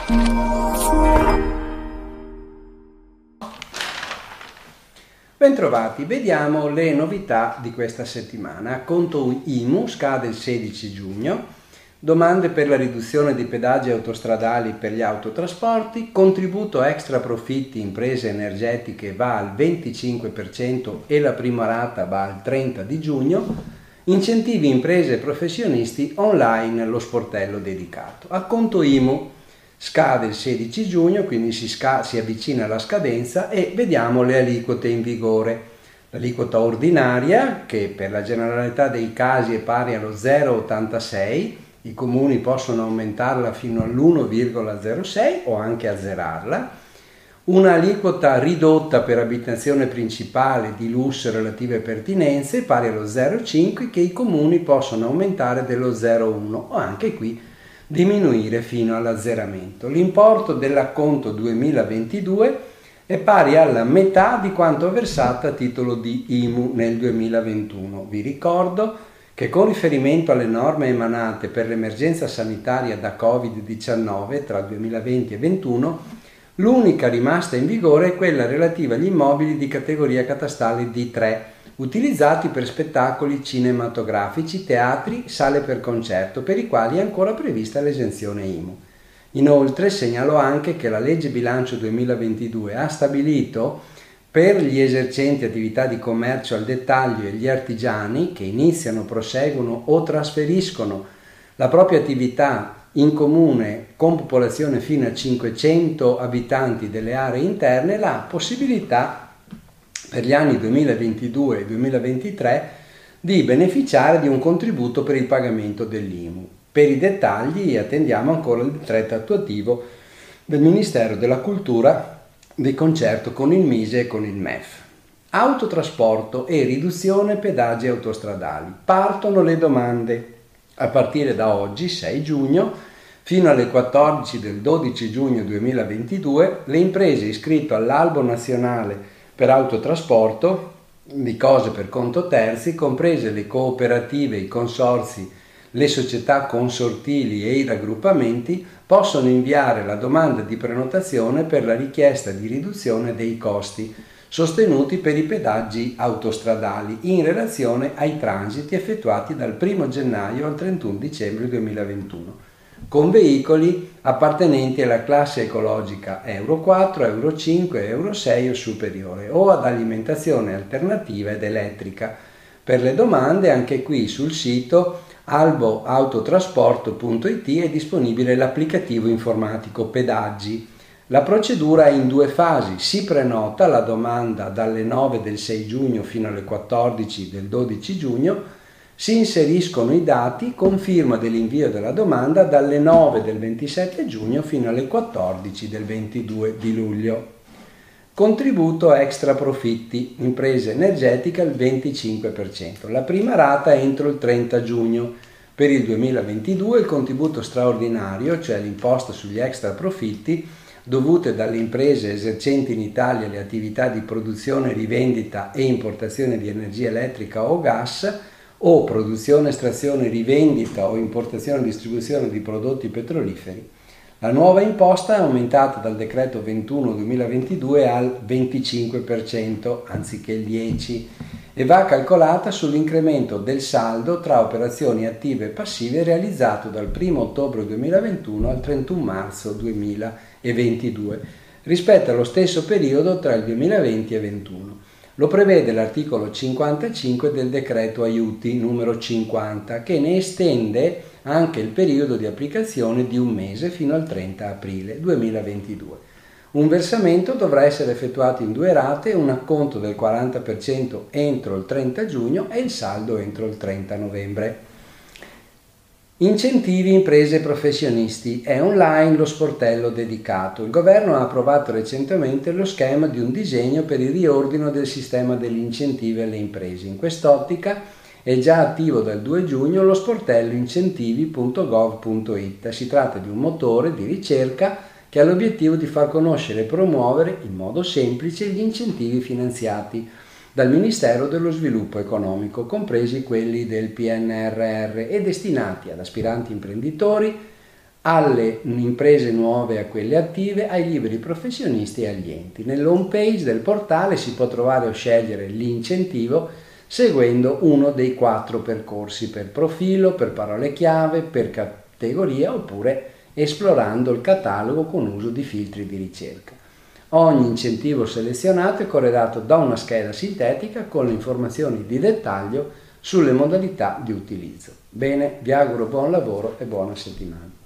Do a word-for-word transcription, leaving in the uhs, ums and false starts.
Bentrovati, vediamo le novità di questa settimana. Conto I M U scade il sedici giugno, domande per la riduzione di pedaggi autostradali per gli autotrasporti, contributo extra profitti imprese energetiche va al venticinque per cento e la prima rata va al trenta di giugno, incentivi imprese e professionisti online lo sportello dedicato. A conto I M U scade il sedici giugno, quindi si, sca- si avvicina alla scadenza e vediamo le aliquote in vigore. L'aliquota ordinaria, che per la generalità dei casi è pari allo zero virgola ottantasei, i comuni possono aumentarla fino all'uno virgola zero sei o anche azzerarla. Una aliquota ridotta per abitazione principale di lusso e relative pertinenze pari allo zero virgola cinque che i comuni possono aumentare dello zero virgola uno o anche qui diminuire fino all'azzeramento. L'importo dell'acconto duemilaventidue è pari alla metà di quanto versato a titolo di I M U nel duemilaventuno. Vi ricordo che con riferimento alle norme emanate per l'emergenza sanitaria da covid diciannove tra il duemilaventi e duemilaventuno, l'unica rimasta in vigore è quella relativa agli immobili di categoria catastale D tre, utilizzati per spettacoli cinematografici, teatri, sale per concerto, per i quali è ancora prevista l'esenzione I M U. Inoltre segnalo anche che la legge bilancio duemilaventidue ha stabilito per gli esercenti attività di commercio al dettaglio e gli artigiani che iniziano, proseguono o trasferiscono la propria attività in comune con popolazione fino a cinquecento abitanti delle aree interne la possibilità per gli anni duemilaventidue e duemilaventitré di beneficiare di un contributo per il pagamento dell'I M U. Per i dettagli attendiamo ancora il decreto attuativo del Ministero della Cultura di concerto con il Mise e con il M E F. Autotrasporto e riduzione pedaggi autostradali. Partono le domande. A partire da oggi, sei giugno, fino alle quattordici del dodici giugno duemilaventidue, le imprese iscritte all'Albo Nazionale per autotrasporto di cose per conto terzi, comprese le cooperative, i consorzi, le società consortili e i raggruppamenti, possono inviare la domanda di prenotazione per la richiesta di riduzione dei costi sostenuti per i pedaggi autostradali in relazione ai transiti effettuati dal primo gennaio al trentuno dicembre duemilaventuno. Con veicoli appartenenti alla classe ecologica Euro quattro, Euro cinque, Euro sei o superiore o ad alimentazione alternativa ed elettrica. Per le domande anche qui sul sito albo autotrasporto punto it è disponibile l'applicativo informatico Pedaggi. La procedura è in due fasi: si prenota la domanda dalle nove del sei giugno fino alle quattordici del dodici giugno, si inseriscono i dati con firma dell'invio della domanda dalle nove del ventisette giugno fino alle quattordici del ventidue di luglio. Contributo extra profitti, imprese energetiche al venticinque per cento. La prima rata entro il trenta giugno. Per il duemilaventidue il contributo straordinario, cioè l'imposta sugli extra profitti, dovute dalle imprese esercenti in Italia le attività di produzione, rivendita e importazione di energia elettrica o gas, o produzione, estrazione, rivendita o importazione e distribuzione di prodotti petroliferi. La nuova imposta è aumentata dal decreto ventuno duemilaventidue al venticinque per cento anziché il dieci per cento e va calcolata sull'incremento del saldo tra operazioni attive e passive realizzato dal primo ottobre duemilaventuno al trentuno marzo duemilaventidue rispetto allo stesso periodo tra il duemilaventi e duemilaventuno. Lo prevede l'articolo cinquantacinque del decreto aiuti numero cinquanta, che ne estende anche il periodo di applicazione di un mese fino al trenta aprile duemilaventidue. Un versamento dovrà essere effettuato in due rate, un acconto del quaranta per cento entro il trenta giugno e il saldo entro il trenta novembre. Incentivi imprese e professionisti. È online lo sportello dedicato. Il governo ha approvato recentemente lo schema di un disegno per il riordino del sistema degli incentivi alle imprese. In quest'ottica è già attivo dal due giugno lo sportello incentivi punto gov punto it. Si tratta di un motore di ricerca che ha l'obiettivo di far conoscere e promuovere in modo semplice gli incentivi finanziati dal Ministero dello Sviluppo Economico, compresi quelli del P N R R, e destinati ad aspiranti imprenditori, alle imprese nuove e a quelle attive, ai liberi professionisti e agli enti. Nell'home page del portale si può trovare o scegliere l'incentivo seguendo uno dei quattro percorsi: per profilo, per parole chiave, per categoria oppure esplorando il catalogo con uso di filtri di ricerca. Ogni incentivo selezionato è corredato da una scheda sintetica con le informazioni di dettaglio sulle modalità di utilizzo. Bene, vi auguro buon lavoro e buona settimana.